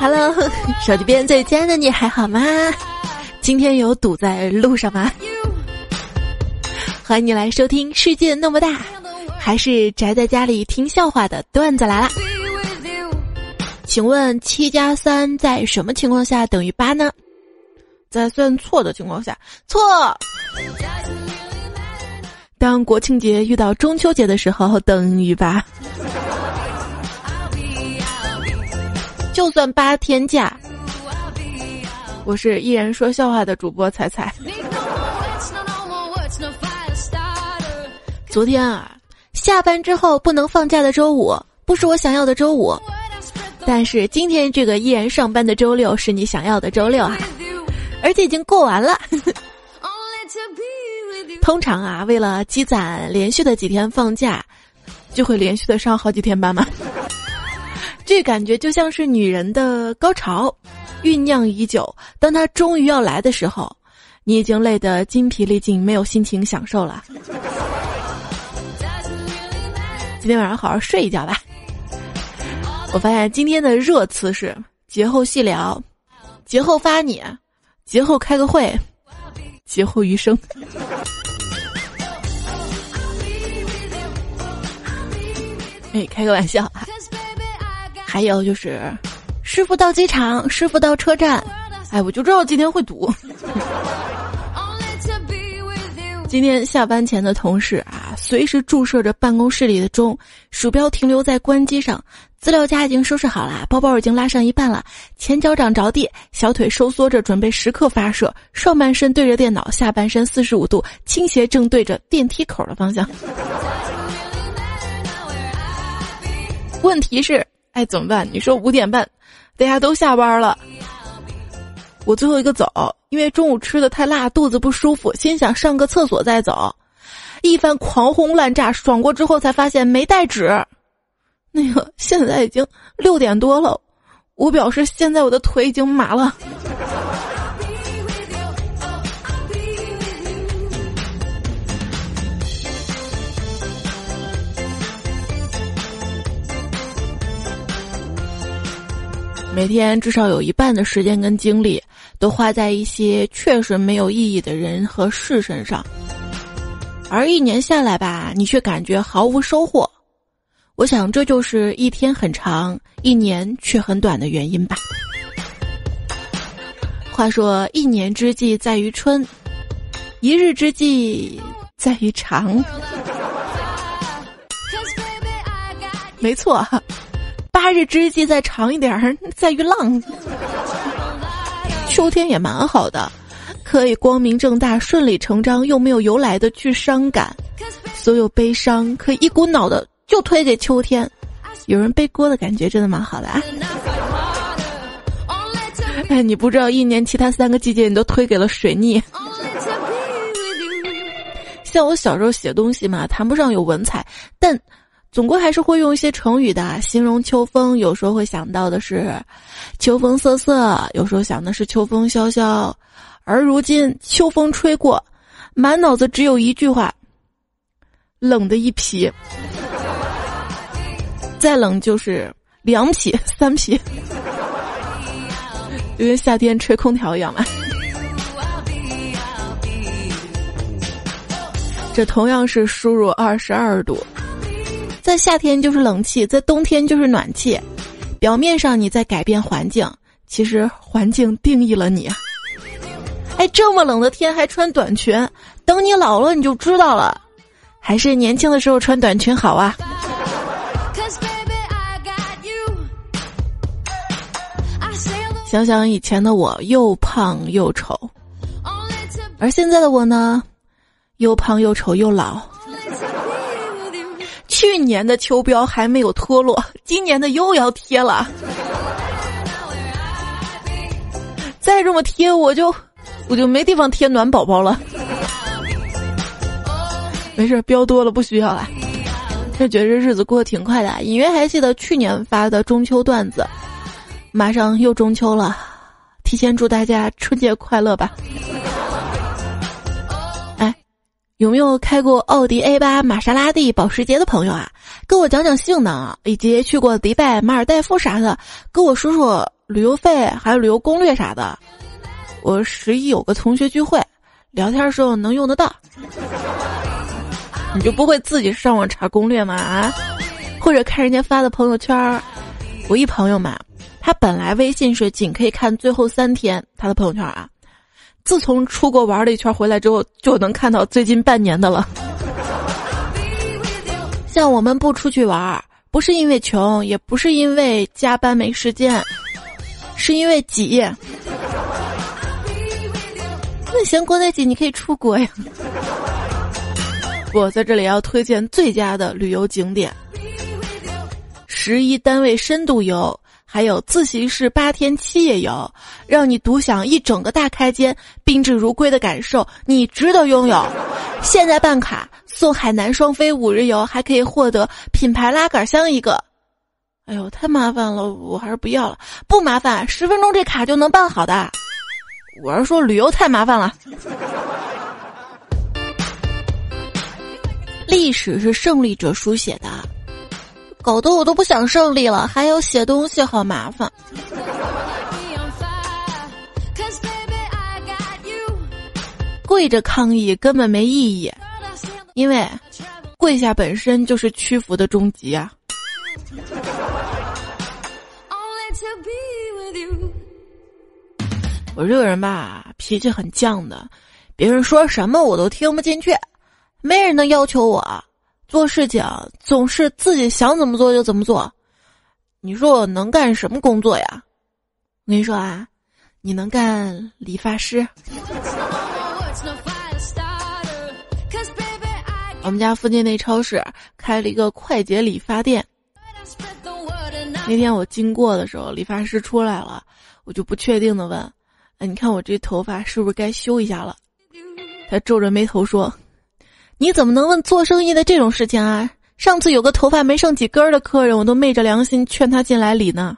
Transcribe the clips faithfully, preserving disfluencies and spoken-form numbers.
Hello， 手机边最亲爱的你还好吗？今天有堵在路上吗？欢迎你来收听世界那么大，还是宅在家里听笑话的段子来了。请问七加三在什么情况下等于八呢？在算错的情况下，错。当国庆节遇到中秋节的时候等于八。就算八天假。我是依然说笑话的主播彩彩。昨天啊，下班之后不能放假的周五不是我想要的周五，但是今天这个依然上班的周六是你想要的周六啊，而且已经过完了。通常啊，为了积攒连续的几天放假，就会连续的上好几天班嘛。这感觉就像是女人的高潮，酝酿已久，当她终于要来的时候，你已经累得筋疲力尽，没有心情享受了。今天晚上好好睡一觉吧。我发现今天的热词是节后细聊，节后发你，节后开个会，节后余生。哎，开个玩笑啊。还有就是，师傅到机场，师傅到车站，哎，我就知道今天会堵。今天下班前的同事啊，随时注射着办公室里的钟，鼠标停留在关机上，资料夹已经收拾好了，包包已经拉上一半了，前脚掌着地，小腿收缩着准备时刻发射，上半身对着电脑，下半身四十五度倾斜正对着电梯口的方向。问题是，哎，怎么办？你说五点半，大家都下班了，我最后一个走，因为中午吃的太辣，肚子不舒服，先想上个厕所再走。一番狂轰滥炸，爽过之后才发现没带纸。那个现在已经六点多了，我表示现在我的腿已经麻了。每天至少有一半的时间跟精力都花在一些确实没有意义的人和事身上，而一年下来吧，你却感觉毫无收获。我想这就是一天很长，一年却很短的原因吧。话说一年之计在于春，一日之计在于长。没错，八日之计再长一点在于浪。秋天也蛮好的，可以光明正大顺理成章又没有由来的去伤感，所有悲伤可以一股脑的就推给秋天，有人背锅的感觉真的蛮好的啊。哎，你不知道一年其他三个季节你都推给了水逆。像我小时候写东西嘛，谈不上有文采，但总归还是会用一些成语的，形容秋风，有时候会想到的是秋风瑟瑟，有时候想的是秋风萧萧，而如今秋风吹过，满脑子只有一句话，冷的一匹，再冷就是两匹三匹，就跟夏天吹空调一样嘛。这同样是输入二十二度，在夏天就是冷气，在冬天就是暖气。表面上你在改变环境，其实环境定义了你。哎，这么冷的天还穿短裙，等你老了你就知道了，还是年轻的时候穿短裙好啊。想想以前的我，又胖又丑，而现在的我呢，又胖又丑又老。去年的秋膘还没有脱落，今年的又要贴了。再这么贴，我就我就没地方贴暖宝宝了。没事，膘多了不需要了。就觉得日子过得挺快的，隐约还记得去年发的中秋段子，马上又中秋了，提前祝大家春节快乐吧。有没有开过奥迪 A 八、玛莎拉蒂、保时捷的朋友啊？跟我讲讲性能啊，以及去过迪拜、马尔代夫啥的，跟我说说旅游费还有旅游攻略啥的。我十一有个同学聚会，聊天的时候能用得到。你就不会自己上网查攻略吗？啊，或者看人家发的朋友圈。我一朋友嘛，他本来微信是仅可以看最后三天他的朋友圈啊，自从出国玩了一圈回来之后，就能看到最近半年的了。像我们不出去玩，不是因为穷，也不是因为加班没时间，是因为挤。那嫌国内挤，你可以出国呀。我在这里要推荐最佳的旅游景点，十一单位深度游，还有自习室八天七夜游，让你独享一整个大开间宾至如归的感受，你值得拥有。现在办卡送海南双飞五日游，还可以获得品牌拉杆箱一个。哎呦，太麻烦了，我还是不要了。不麻烦，十分钟这卡就能办好的。我是说旅游太麻烦了。历史是胜利者书写的，搞得我都不想胜利了，还要写东西，好麻烦。跪着抗议根本没意义，因为跪下本身就是屈服的终极啊。我这个人吧，脾气很犟的，别人说什么我都听不进去，没人能要求我做事情，总是自己想怎么做就怎么做。你说我能干什么工作呀？我跟你说啊，你能干理发师。我们家附近那超市开了一个快捷理发店，那天我经过的时候，理发师出来了，我就不确定的问，哎，你看我这头发是不是该修一下了？他皱着眉头说，你怎么能问做生意的这种事情啊？上次有个头发没剩几根的客人，我都昧着良心劝他进来理呢。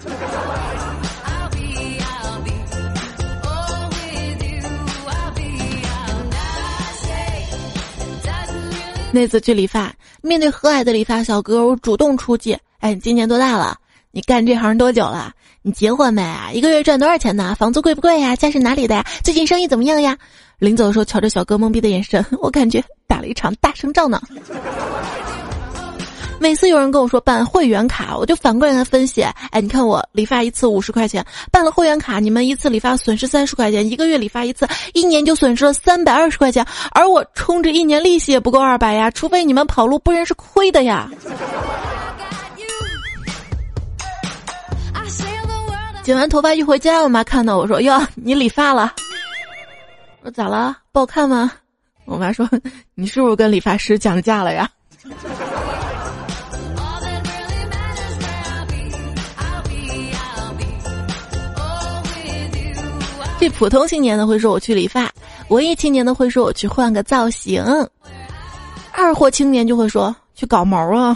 那次去理发，面对和蔼的理发小哥，我主动出击。哎，你今年多大了？你干这行多久了？你结婚没啊？一个月赚多少钱呢？房子贵不贵呀？家是哪里的呀？最近生意怎么样呀？临走的时候瞧着小哥懵逼的眼神，我感觉打了一场大胜仗呢。每次有人跟我说办会员卡，我就反过来跟他分析，哎，你看我理发一次五十块钱，办了会员卡，你们一次理发损失三十块钱，一个月理发一次，一年就损失了三百二十块钱，而我充值一年利息也不够二百呀，除非你们跑路，不然是亏的呀。剪完头发一回家，我妈看到我说，哟，你理发了。我说咋了？不好看吗？我妈说，你是不是跟理发师讲价了呀？这普通青年的会说我去理发，文艺青年的会说我去换个造型，二货青年就会说去搞毛啊。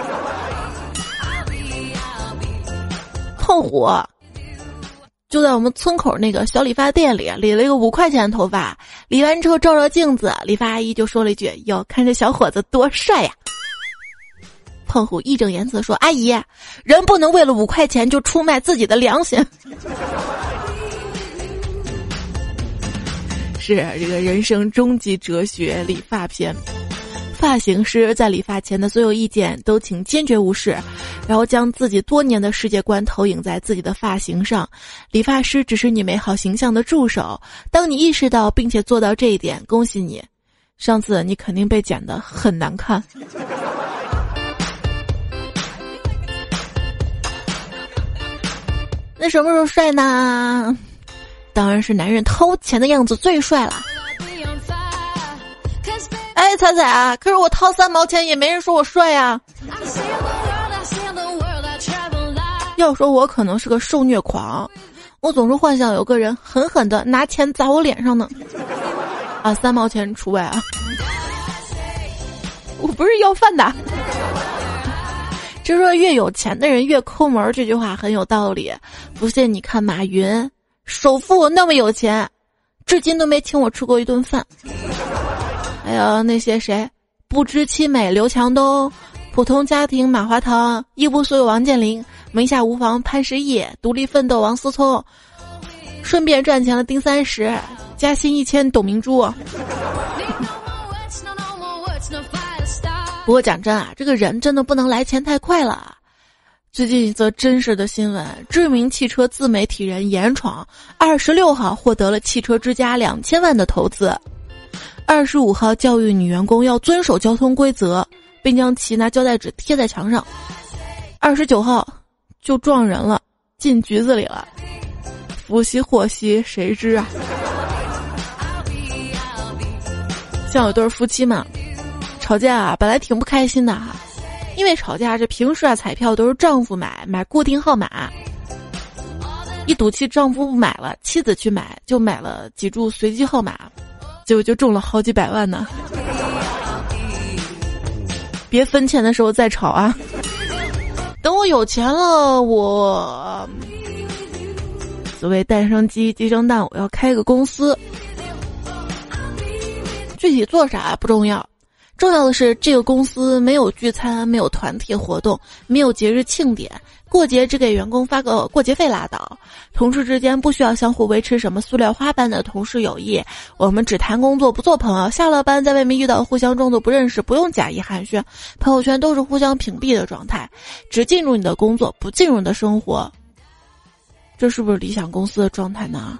碰虎就在我们村口那个小理发店里理了一个五块钱的头发，理完之后照照镜子，理发阿姨就说了一句，哟，看这小伙子多帅呀。胖虎义正言辞说，阿姨，人不能为了五块钱就出卖自己的良心。是这个人生终极哲学理发篇。发型师在理发前的所有意见都请坚决无视，然后将自己多年的世界观投影在自己的发型上。理发师只是你美好形象的助手，当你意识到并且做到这一点，恭喜你，上次你肯定被剪得很难看。那什么时候帅呢？当然是男人掏钱的样子最帅了。哎，彩彩啊，可是我掏三毛钱也没人说我帅呀。要说我可能是个受虐狂，我总是幻想有个人狠狠的拿钱砸我脸上呢。啊，三毛钱除外啊，我不是要饭的。就说越有钱的人越抠门，这句话很有道理。不信你看马云，首富那么有钱，至今都没请我吃过一顿饭。还有那些谁，不知其美刘强东， 普通家庭马化腾，一无所有王健林，门下无房潘石屹，独立奋斗王思聪，顺便赚钱了丁三十，加薪一千董明珠。不过讲真啊，这个人真的不能来钱太快了。最近一则真实的新闻，知名汽车自媒体人严闯二十六号获得了汽车之家两千万的投资，二十五号教育女员工要遵守交通规则，并将其拿胶带纸贴在墙上，二十九号就撞人了，进局子里了。福兮祸兮谁知啊。像有对夫妻嘛，吵架啊本来挺不开心的哈，因为吵架这平时啊彩票都是丈夫买，买固定号码，一赌气丈夫不买了，妻子去买，就买了几注随机号码，结果就中了好几百万呢。别分钱的时候再吵啊，等我有钱了，我所谓蛋生鸡鸡生蛋，我要开个公司，具体做啥不重要，重要的是这个公司没有聚餐，没有团体活动，没有节日庆典，过节只给员工发个过节费拉倒，同事之间不需要相互维持什么塑料花般的同事友谊，我们只谈工作不做朋友，下了班在外面遇到互相装作不认识，不用假意寒暄，朋友圈都是互相屏蔽的状态，只进入你的工作，不进入你的生活。这是不是理想公司的状态呢？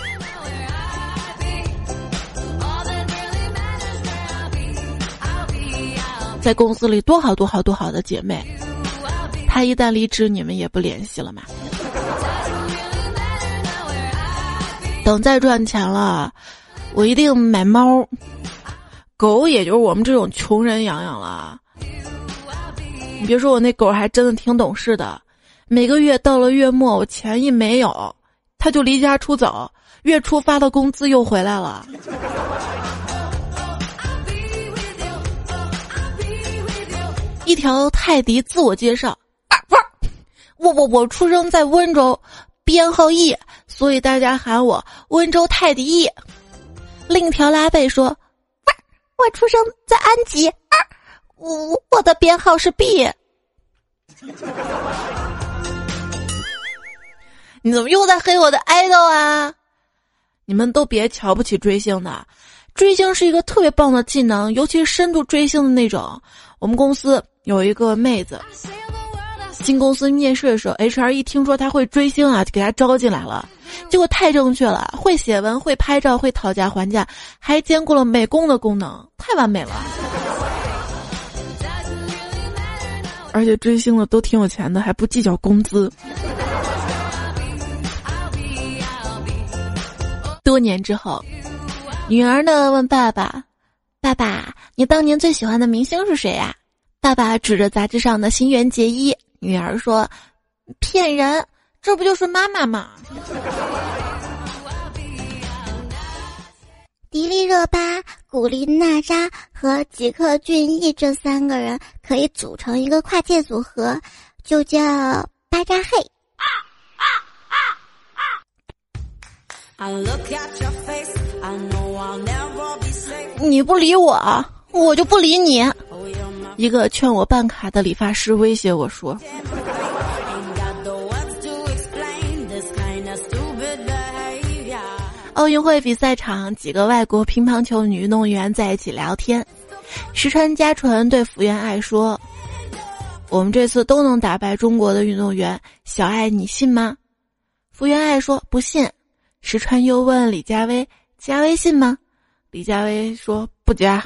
在公司里多好多好多好的姐妹，她一旦离职你们也不联系了嘛。等再赚钱了，我一定买猫狗，也就是我们这种穷人养养了。你别说，我那狗还真的挺懂事的，每个月到了月末我钱一没有，它就离家出走，月初发的工资又回来了。一条泰迪自我介绍，啊不是，我我我出生在温州，编号 E， 所以大家喊我温州泰迪 E。另一条拉贝说，我出生在安吉，啊，我我的编号是 B。你怎么又在黑我的 idol 啊？你们都别瞧不起追星的，追星是一个特别棒的技能，尤其是深度追星的那种。我们公司有一个妹子，进公司面试的时候 H R 一听说她会追星啊，就给她招进来了。结果太正确了，会写文，会拍照，会讨价还价，还兼顾了美工的功能，太完美了。而且追星的都挺有钱的，还不计较工资。多年之后，女儿呢问爸爸，爸爸，你当年最喜欢的明星是谁呀？爸爸指着杂志上的新垣结衣。女儿说，骗人，这不就是妈妈吗？ 迪丽热巴、古力娜扎和吉克隽逸这三个人可以组成一个跨界组合，就叫巴扎嘿。 你不理我，我就不理你。一个劝我办卡的理发师威胁我说，奥运会比赛场，几个外国乒乓球女运动员在一起聊天。石川佳纯对福原爱说，我们这次都能打败中国的运动员，小爱你信吗？福原爱说不信。石川又问李佳薇，加微信吗？李佳薇说不加。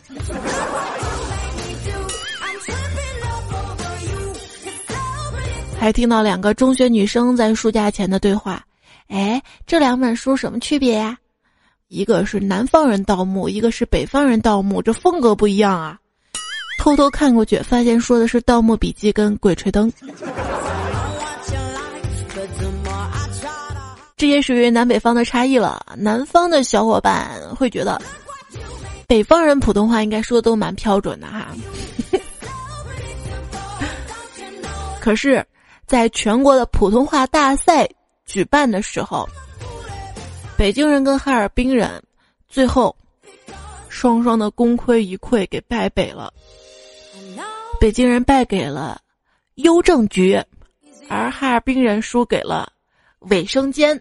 还听到两个中学女生在书架前的对话，哎，这两本书什么区别呀？一个是南方人盗墓，一个是北方人盗墓，这风格不一样啊。偷偷看过去，发现说的是《盗墓笔记》跟《鬼吹灯》。这也属于南北方的差异了。南方的小伙伴会觉得北方人普通话应该说的都蛮标准的哈。可是在全国的普通话大赛举办的时候，北京人跟哈尔滨人最后双双的功亏一篑给败北了。 北京人败给了邮政局，而哈尔滨人输给了卫生间。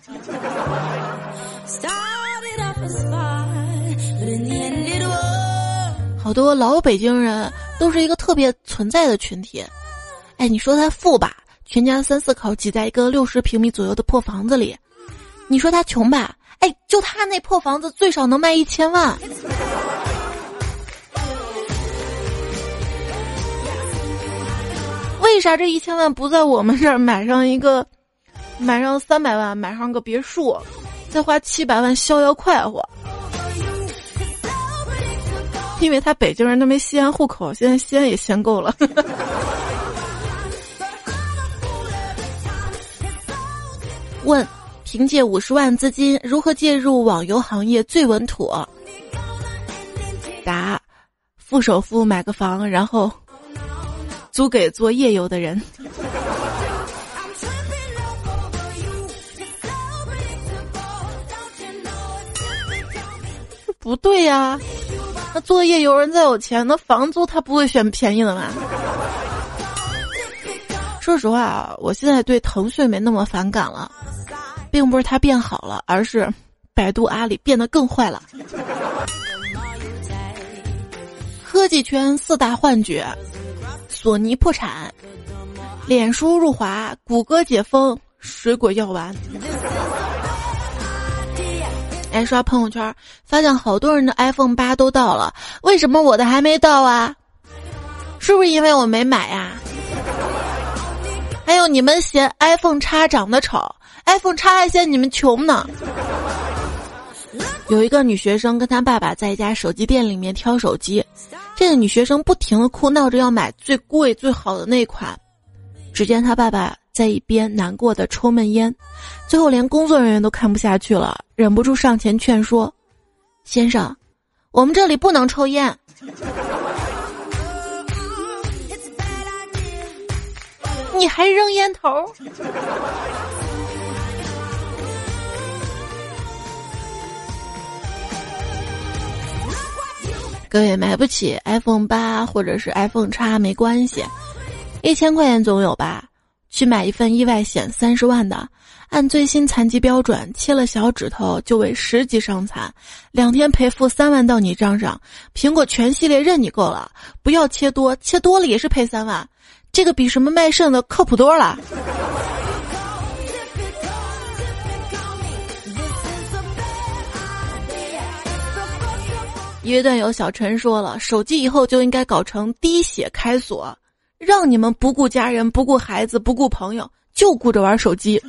好多老北京人都是一个特别存在的群体。哎，你说他富吧，全家三四口挤在一个六十平米左右的破房子里；你说他穷吧，哎，就他那破房子最少能卖一千万。为啥这一千万不在我们这儿买上一个，买上三百万，买上个别墅，再花七百万逍遥快活？因为他北京人都没西安户口，现在西安也限购了。问：凭借五十万资金如何介入网游行业最稳妥？答：付首付买个房，然后租给做夜游的人。不对呀，那做夜游人再有钱，那房租他不会选便宜的嘛？说实话啊，我现在对腾讯没那么反感了，并不是它变好了，而是百度、阿里变得更坏了。科技圈四大幻觉：索尼破产，脸书入华，谷歌解封，水果药丸。哎，刷朋友圈发现好多人的 iPhone 八都到了，为什么我的还没到啊？是不是因为我没买呀？还有你们嫌 iPhone X 长得丑， iPhone X 还嫌你们穷呢。有一个女学生跟她爸爸在一家手机店里面挑手机，这个女学生不停地哭闹着要买最贵最好的那一款，只见她爸爸在一边难过的抽闷烟，最后连工作人员都看不下去了，忍不住上前劝说：先生，我们这里不能抽烟。你还扔烟头？各位买不起 iPhone 八或者是 iPhone X 没关系，一千块钱总有吧？去买一份意外险三十万的，按最新残疾标准，切了小指头就为十级伤残，两天赔付三万到你账上。苹果全系列任你够了，不要切多，切多了也是赔三万，这个比什么卖肾的靠谱多了。一位段友小陈说了，手机以后就应该搞成滴血开锁，让你们不顾家人，不顾孩子，不顾朋友，就顾着玩手机。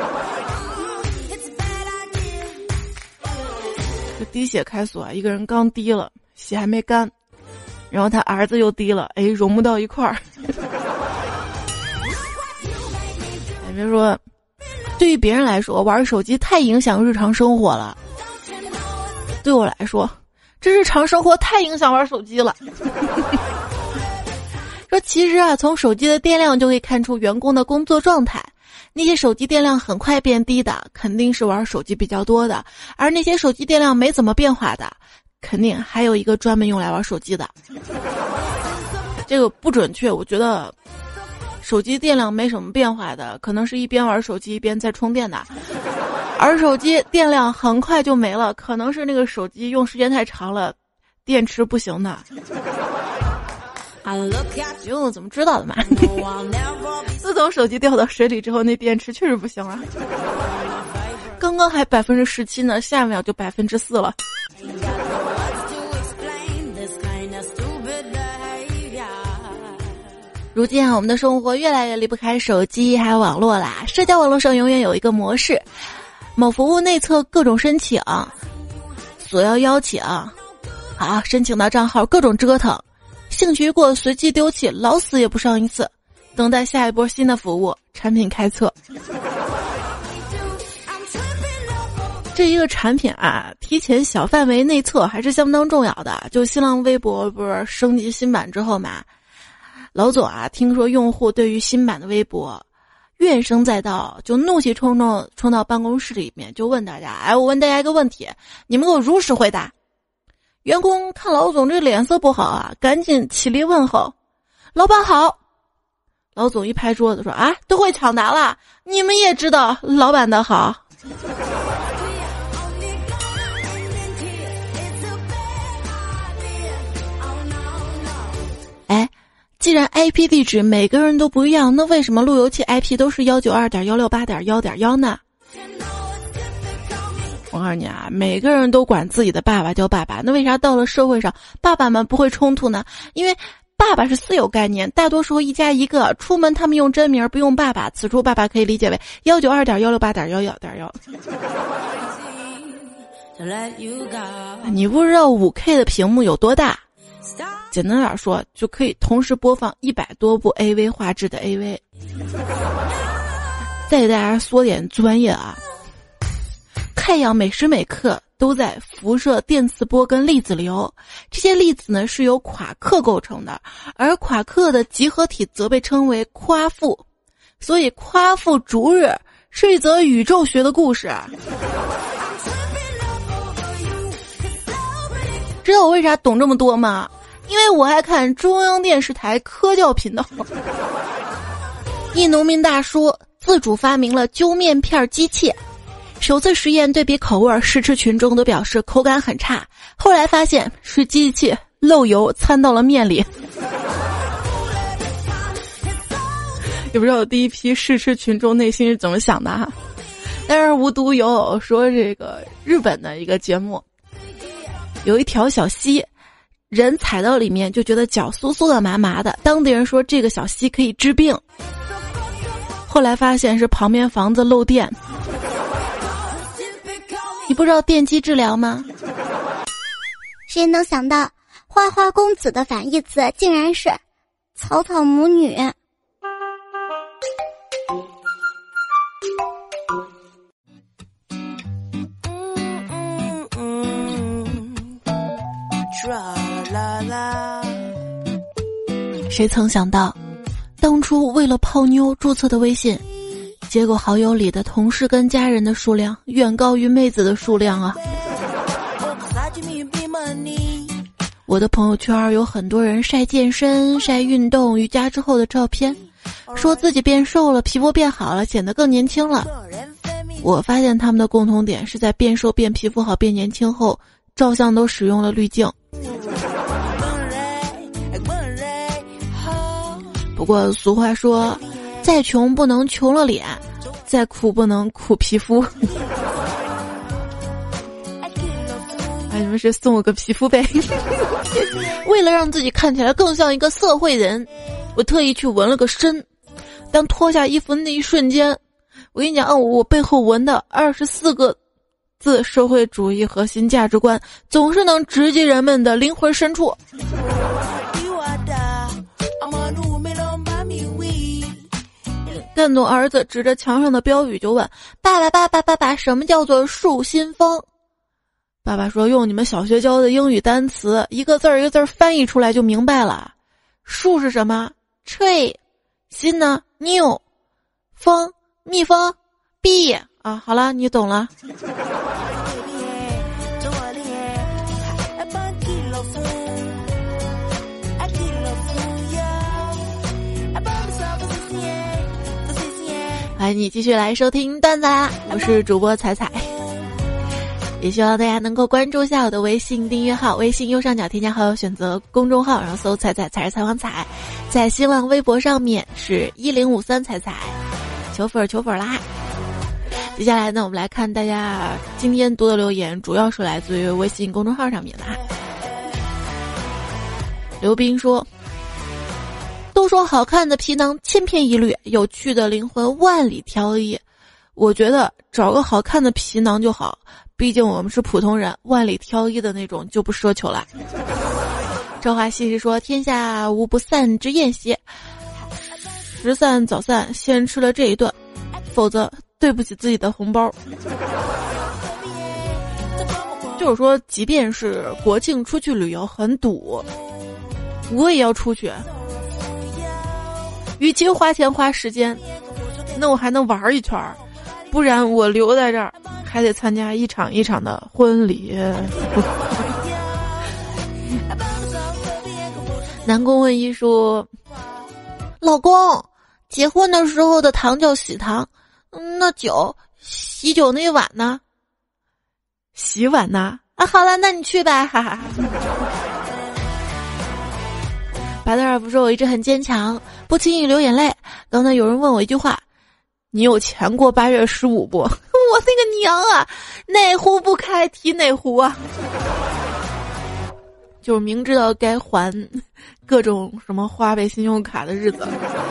这滴血开锁啊，一个人刚滴了，血还没干，然后他儿子又滴了，哎，融不到一块儿。哎，别说，对于别人来说，玩手机太影响日常生活了。对我来说，这日常生活太影响玩手机了。说其实啊，从手机的电量就可以看出员工的工作状态。那些手机电量很快变低的，肯定是玩手机比较多的；而那些手机电量没怎么变化的，肯定还有一个专门用来玩手机的。这个不准确，我觉得手机电量没什么变化的，可能是一边玩手机一边在充电的。而手机电量很快就没了，可能是那个手机用时间太长了，电池不行的。因为我怎么知道的嘛？自从手机掉到水里之后，那电池确实不行了。刚刚还百分之十七呢，下一秒就百分之四了。如今啊，我们的生活越来越离不开手机还有网络啦。社交网络上永远有一个模式，某服务内测各种申请，索要邀请，好，申请到账号各种折腾，兴趣一过随机丢弃，老死也不上一次，等待下一波新的服务，产品开测。这一个产品啊，提前小范围内测还是相当重要的。就新浪微博不是升级新版之后嘛，老总啊，听说用户对于新版的微博怨声载道，就怒气冲冲冲到办公室里面，就问大家，哎，我问大家一个问题，你们给我如实回答。员工看老总这脸色不好啊，赶紧起立问候。 老板好。老总一拍桌子说啊，都会抢答了，你们也知道老板的好。哎，既然 I P 地址每个人都不一样，那为什么路由器 I P 都是 一九二点一六八点一点一 呢？我告诉你啊，每个人都管自己的爸爸叫爸爸，那为啥到了社会上爸爸们不会冲突呢？因为爸爸是私有概念，大多数一家一个，出门他们用真名不用爸爸，此处爸爸可以理解为 一九二点一六八点一点一。你不知道 五K 的屏幕有多大，简单点说就可以同时播放一百多部 A V 画质的 A V。 再给大家说点专业啊，太阳每时每刻都在辐射电磁波跟粒子流，这些粒子呢是由夸克构成的，而夸克的集合体则被称为夸父，所以夸父逐日是一则宇宙学的故事。知道我为啥懂这么多吗？因为我还看中央电视台科教频道。一农民大叔自主发明了揪面片机器，首次实验对比口味，试吃群众都表示口感很差，后来发现是机器漏油掺到了面里。也不知道第一批试吃群众内心是怎么想的哈。但是无独有偶说，这个日本的一个节目有一条小溪，人踩到里面就觉得脚酥酥的麻麻的，当地人说这个小溪可以治病，后来发现是旁边房子漏电。你不知道电击治疗吗？ 谁能想到花花公子的反义词竟然是草草母女。 谁曾想到当初为了泡妞注册的微信，结果好友里的同事跟家人的数量远高于妹子的数量啊！我的朋友圈有很多人晒健身、晒运动、瑜伽之后的照片，说自己变瘦了，皮肤变好了，显得更年轻了。我发现他们的共同点是在变瘦、变皮肤好、变年轻后，照相都使用了滤镜。不过俗话说，再穷不能穷了脸，再苦不能苦皮肤。哎，你们是送我个皮肤呗？为了让自己看起来更像一个社会人，我特意去纹了个身。当脱下衣服那一瞬间，我跟你讲，我背后纹的二十四个字社会主义核心价值观，总是能直击人们的灵魂深处。干总儿子指着墙上的标语就问：“爸爸，爸爸，爸爸，什么叫做树新风？”爸爸说：“用你们小学教的英语单词，一个字儿一个字儿翻译出来就明白了。树是什么 ？tree， 新呢 new， 蜂蜜蜂 bee 啊，好了，你懂了。”欢迎你继续来收听段子啦，我是主播彩彩，也希望大家能够关注一下我的微信订阅号，微信右上角添加好友，选择公众号，然后搜彩彩才是采访彩，在新浪微博上面是一零五三彩彩，求粉求粉啦。接下来呢，我们来看大家今天读的留言，主要是来自于微信公众号上面的。刘斌说，都说好看的皮囊千篇一律，有趣的灵魂万里挑一。我觉得找个好看的皮囊就好，毕竟我们是普通人，万里挑一的那种就不奢求了。赵华西是说，天下无不散之宴席，时散早散，先吃了这一顿，否则对不起自己的红包。就是说，即便是国庆出去旅游很堵，我也要出去。与其花钱花时间，那我还能玩一圈，不然我留在这儿还得参加一场一场的婚礼。南宫问一说， 老公，结婚的时候的糖叫喜糖，那酒喜酒那碗呢？洗碗呢？啊，好了，那你去吧，哈哈。巴德尔夫说我一直很坚强，不轻易流眼泪。刚才有人问我一句话，你有钱过八月十五不？我那个娘啊，哪壶不开提哪壶啊。就是明知道该还各种什么花呗信用卡的日子。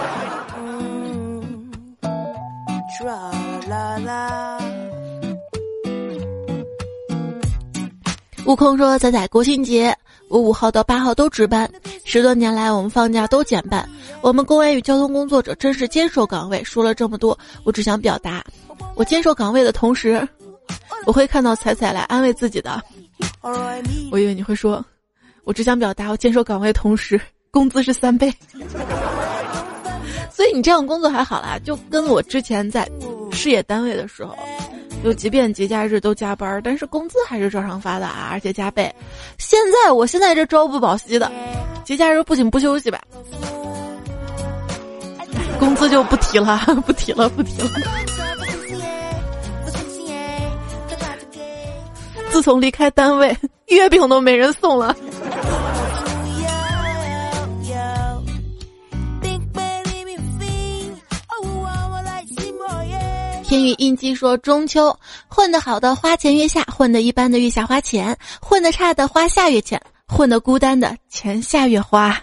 悟空说仔仔国庆节我五号到八号都值班，十多年来我们放假都减半，我们公安与交通工作者真是坚守岗位。说了这么多，我只想表达，我坚守岗位的同时，我会看到彩彩来安慰自己的。我以为你会说，我只想表达，我坚守岗位的同时，工资是三倍。所以你这样工作还好啦，就跟我之前在事业单位的时候，就即便节假日都加班，但是工资还是照常发的啊，而且加倍。现在我现在这朝不保夕的，节假日不仅不休息吧，工资就不提了，不提了，不提了。自从离开单位，月饼都没人送了。天宇音机说，中秋混得好的花前月下，混得一般的月下花钱，混得差的花下月钱，混得孤单的钱下月花。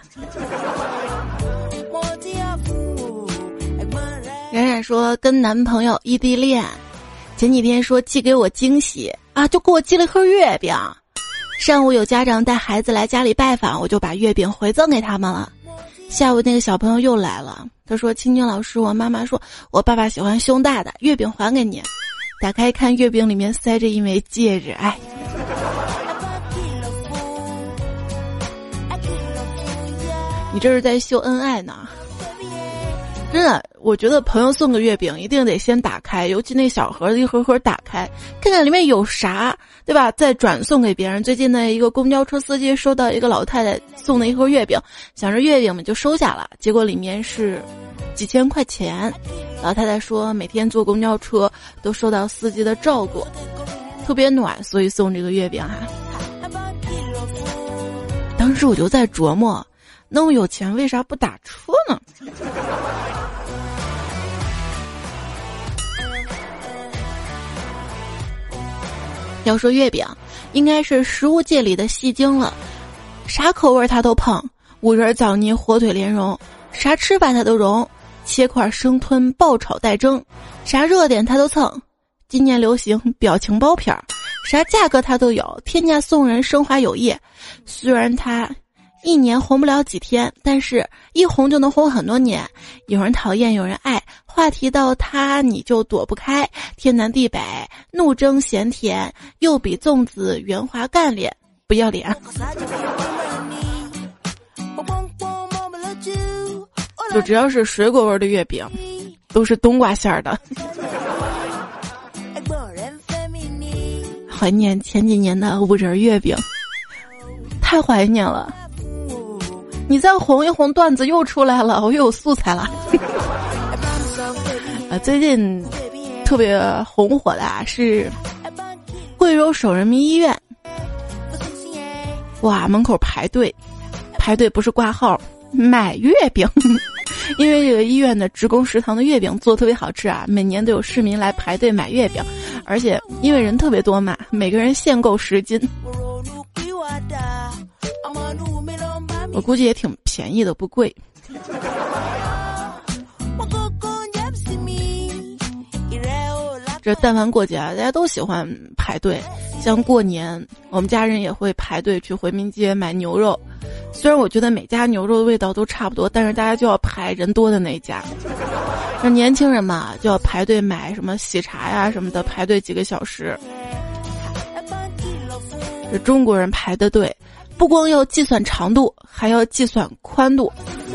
冉冉说跟男朋友异地恋，前几天说寄给我惊喜啊，就给我寄了颗月饼。上午有家长带孩子来家里拜访，我就把月饼回赠给他们了。下午那个小朋友又来了，他说青青老师，我妈妈说我爸爸喜欢胸大的，月饼还给你。打开看，月饼里面塞着一枚戒指，哎。你这是在秀恩爱呢？真的，我觉得朋友送个月饼一定得先打开，尤其那小盒子一盒盒打开，看看里面有啥，对吧？再转送给别人。最近的一个公交车司机收到一个老太太送的一盒月饼，想着月饼嘛就收下了，结果里面是几千块钱。老太太说每天坐公交车都受到司机的照顾，特别暖，所以送这个月饼哈、啊。当时我就在琢磨，那么有钱为啥不打车呢？要说月饼，应该是食物界里的戏精了，啥口味它都碰，五仁枣泥火腿莲蓉，啥吃法它都融，切块生吞爆炒带蒸，啥热点它都蹭，今年流行表情包片儿，啥价格它都有，天价送人升华有益。虽然它一年红不了几天，但是一红就能红很多年。有人讨厌，有人爱，话题到他你就躲不开，天南地北，怒争咸甜，又比粽子圆滑干练，不要脸。就只要是水果味的月饼，都是冬瓜馅儿的。怀念前几年的五仁月饼，太怀念了。你再红一红，段子又出来了，我又有素材了。啊，最近特别红火的啊是贵州省人民医院，哇，门口排队，排队不是挂号，买月饼。因为这个医院的职工食堂的月饼做特别好吃啊，每年都有市民来排队买月饼，而且因为人特别多嘛，每个人限购十斤。我估计也挺便宜的，不贵。这但凡过节啊，大家都喜欢排队。像过年，我们家人也会排队去回民街买牛肉。虽然我觉得每家牛肉的味道都差不多，但是大家就要排人多的那一家。那年轻人嘛，就要排队买什么喜茶呀什么的，排队几个小时。这中国人排的队，不光要计算长度，还要计算宽度。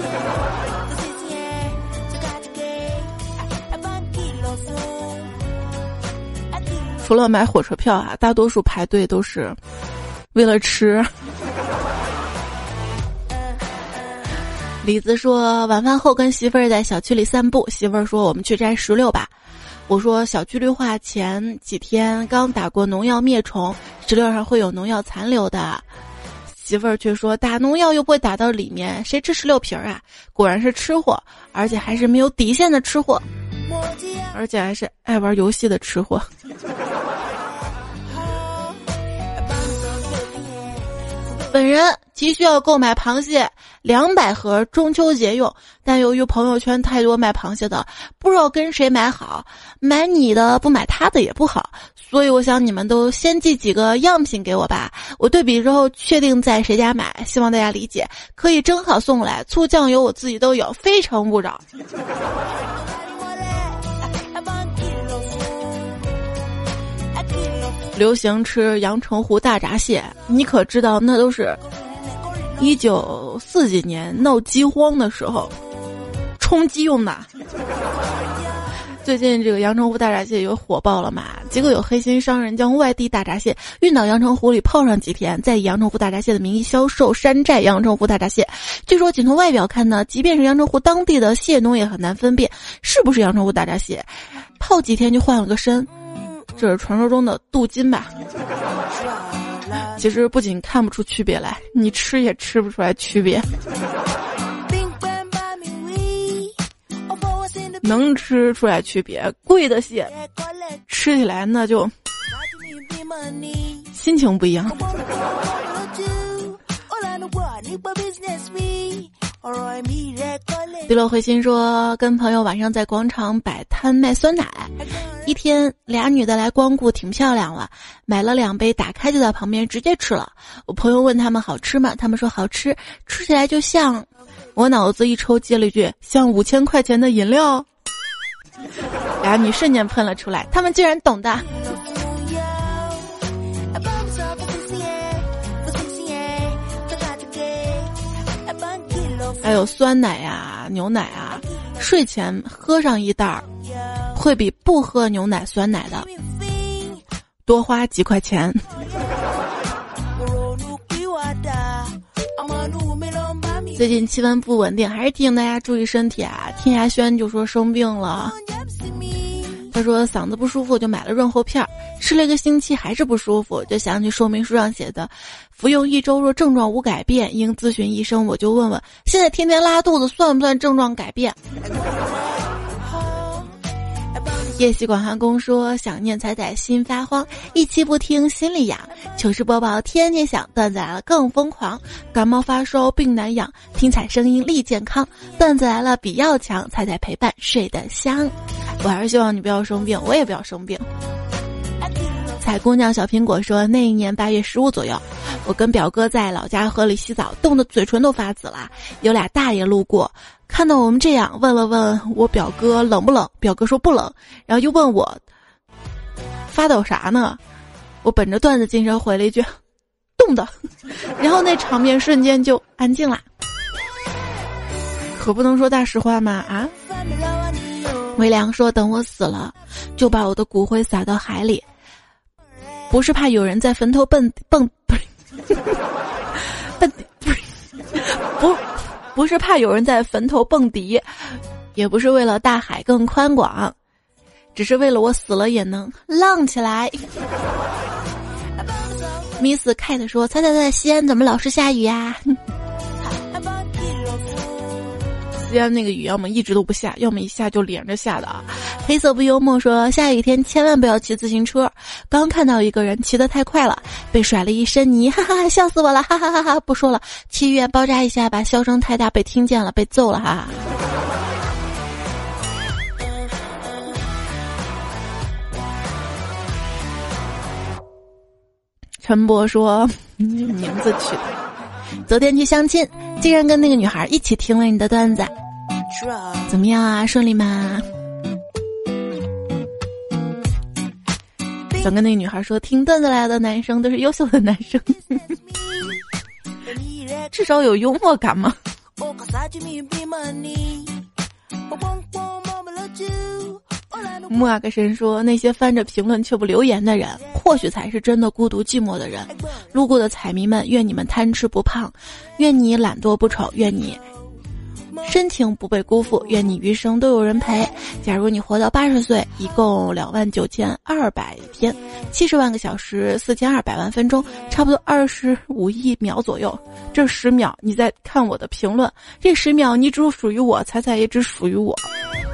除了买火车票啊，大多数排队都是为了吃。 李子说晚饭后跟媳妇儿在小区里散步，媳妇儿说我们去摘石榴吧。我说小区绿化前几天刚打过农药灭虫，石榴上会有农药残留的。媳妇儿却说打农药又不会打到里面，谁吃石榴皮儿啊？果然是吃货，而且还是没有底线的吃货，而且还是爱玩游戏的吃货。本人急需要购买螃蟹两百盒，中秋节用，但由于朋友圈太多卖螃蟹的，不知道跟谁买好，买你的不买他的也不好，所以我想你们都先寄几个样品给我吧，我对比之后确定在谁家买，希望大家理解，可以正好送来，醋酱油我自己都有，非诚勿扰。流行吃阳澄湖大闸蟹，你可知道那都是一九四几年闹饥荒的时候充饥用的。最近这个阳澄湖大闸蟹又火爆了嘛，结果有黑心商人将外地大闸蟹运到阳澄湖里泡上几天，再以阳澄湖大闸蟹的名义销售山寨阳澄湖大闸蟹。据说仅从外表看呢，即便是阳澄湖当地的蟹农也很难分辨是不是阳澄湖大闸蟹，泡几天就换了个身，这是传说中的镀金吧。其实不仅看不出区别来，你吃也吃不出来区别。能吃出来区别，贵的蟹吃起来那就心情不一样。迪洛回心说跟朋友晚上在广场摆摊卖酸奶，一天俩女的来光顾，挺漂亮了，买了两杯打开就在旁边直接吃了。我朋友问他们好吃吗，他们说好吃，吃起来就像，我脑子一抽接了一句像五千块钱的饮料。俩女瞬间喷了出来，他们居然懂的。还有酸奶呀、牛奶啊，睡前喝上一袋儿，会比不喝牛奶酸奶的多花几块钱。最近气温不稳定，还是提醒大家注意身体啊。天涯轩就说生病了，他说嗓子不舒服就买了润喉片，吃了一个星期还是不舒服，就想起说明书上写的服用一周若症状无改变应咨询医生。我就问问现在天天拉肚子算不算症状改变。夜袭广寒宫说想念彩彩心发慌，一期不听心里痒，糗事播报天天响，段子来了更疯狂，感冒发烧病难养，听彩声音力健康，段子来了比药强，彩彩陪伴睡得香。我还是希望你不要生病，我也不要生病。彩姑娘小苹果说那一年八月十五左右，我跟表哥在老家河里洗澡，冻得嘴唇都发紫了，有俩大爷路过，看到我们这样，问了问我表哥冷不冷，表哥说不冷，然后又问我发抖啥呢，我本着段子精神回了一句冻的，然后那场面瞬间就安静啦。可不能说大实话吗？啊！微凉说等我死了就把我的骨灰撒到海里，不是怕有人在坟头蹦蹦不是蹦不是不不是怕有人在坟头蹦迪，也不是为了大海更宽广，只是为了我死了也能浪起来。Miss Cat 说猜猜在西安怎么老是下雨呀？西安那个雨要么一直都不下，要么一下就连着下的啊。黑色不幽默说下雨天千万不要骑自行车，刚看到一个人骑得太快了，被甩了一身泥，哈哈哈，笑死我了，哈哈哈哈！不说了，去医院包扎一下吧，笑声太大被听见了，被揍了哈。陈博说名字取的，昨天去相亲，竟然跟那个女孩一起听了你的段子，怎么样啊？顺利吗？想跟那个女孩说，听段子来的男生都是优秀的男生，至少有幽默感嘛。木阿克神说那些翻着评论却不留言的人，或许才是真的孤独寂寞的人。路过的彩迷们，愿你们贪吃不胖，愿你懒惰不丑，愿你深情不被辜负，愿你余生都有人陪。假如你活到八十岁，一共两万九千二百天，七十万个小时，四千二百万分钟，差不多二十五亿秒左右。这十秒你在看我的评论，这十秒你只属于我，彩彩也只属于我。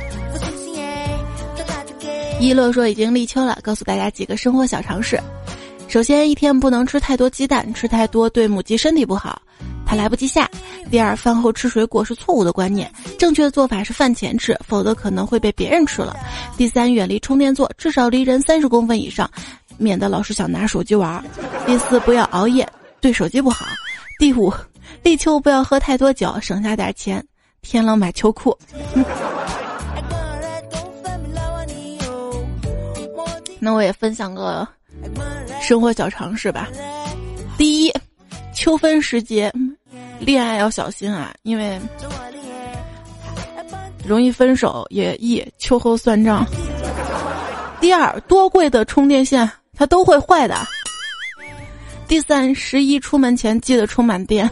一乐说已经立秋了，告诉大家几个生活小常识。首先，一天不能吃太多鸡蛋，吃太多对母鸡身体不好，它来不及下。第二，饭后吃水果是错误的观念，正确的做法是饭前吃，否则可能会被别人吃了。第三，远离充电座，至少离人三十公分以上，免得老是想拿手机玩。第四，不要熬夜，对手机不好。第五，立秋不要喝太多酒，省下点钱，天冷买秋裤。那我也分享个生活小常识吧。第一，秋分时节恋爱要小心啊，因为容易分手，也易秋后算账。第二，多贵的充电线它都会坏的。第三，十一出门前记得充满电。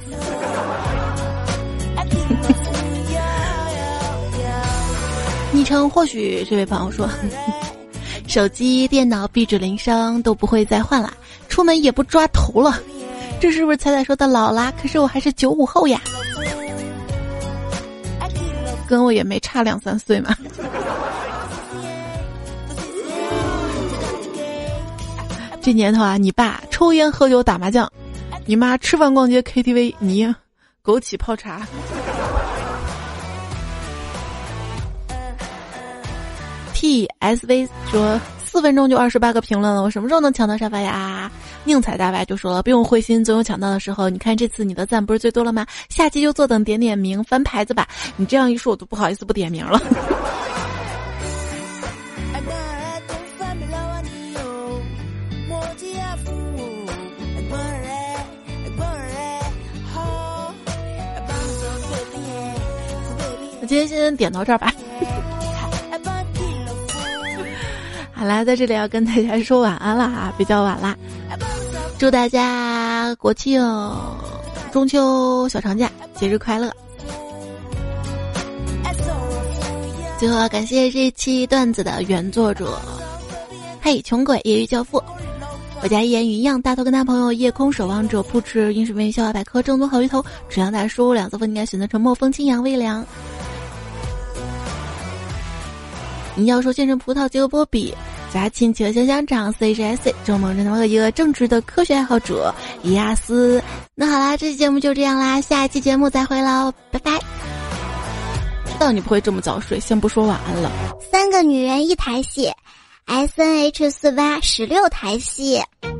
昵称或许这位朋友说手机、电脑、壁纸、铃声都不会再换了，出门也不抓头了。这是不是彩彩说的老啦？可是我还是九五后呀，跟我也没差两三岁嘛。这年头啊，你爸抽烟喝酒打麻将，你妈吃饭逛街 K T V， 你枸杞泡茶。T S V 说四分钟就二十八个评论了，我什么时候能抢到沙发呀？宁采大白就说了，不用灰心，总有抢到的时候。你看这次你的赞不是最多了吗？下期就坐等点点名翻牌子吧。你这样一说，我都不好意思不点名了。我今天先点到这儿吧。好啦，在这里要跟大家说晚安了啊，比较晚啦。祝大家国庆、中秋小长假节日快乐。最后要感谢这一期段子的原作者，嘿，穷鬼业余教父，我家一言语一样，大头跟他朋友夜空守望者，扑哧英式美语笑话百科，正宗好鱼头，质量大叔，两色风应该选择沉默，风清扬微凉。你要说先生葡萄结果波比，家亲戚和香香长 C H S， 周萌真他妈一个正直的科学爱好者伊亚斯。那好啦，这期节目就这样啦，下一期节目再会喽，拜拜。知道你不会这么早睡，先不说晚安了。 三个女人一台戏 ，S N H 四八十六台戏。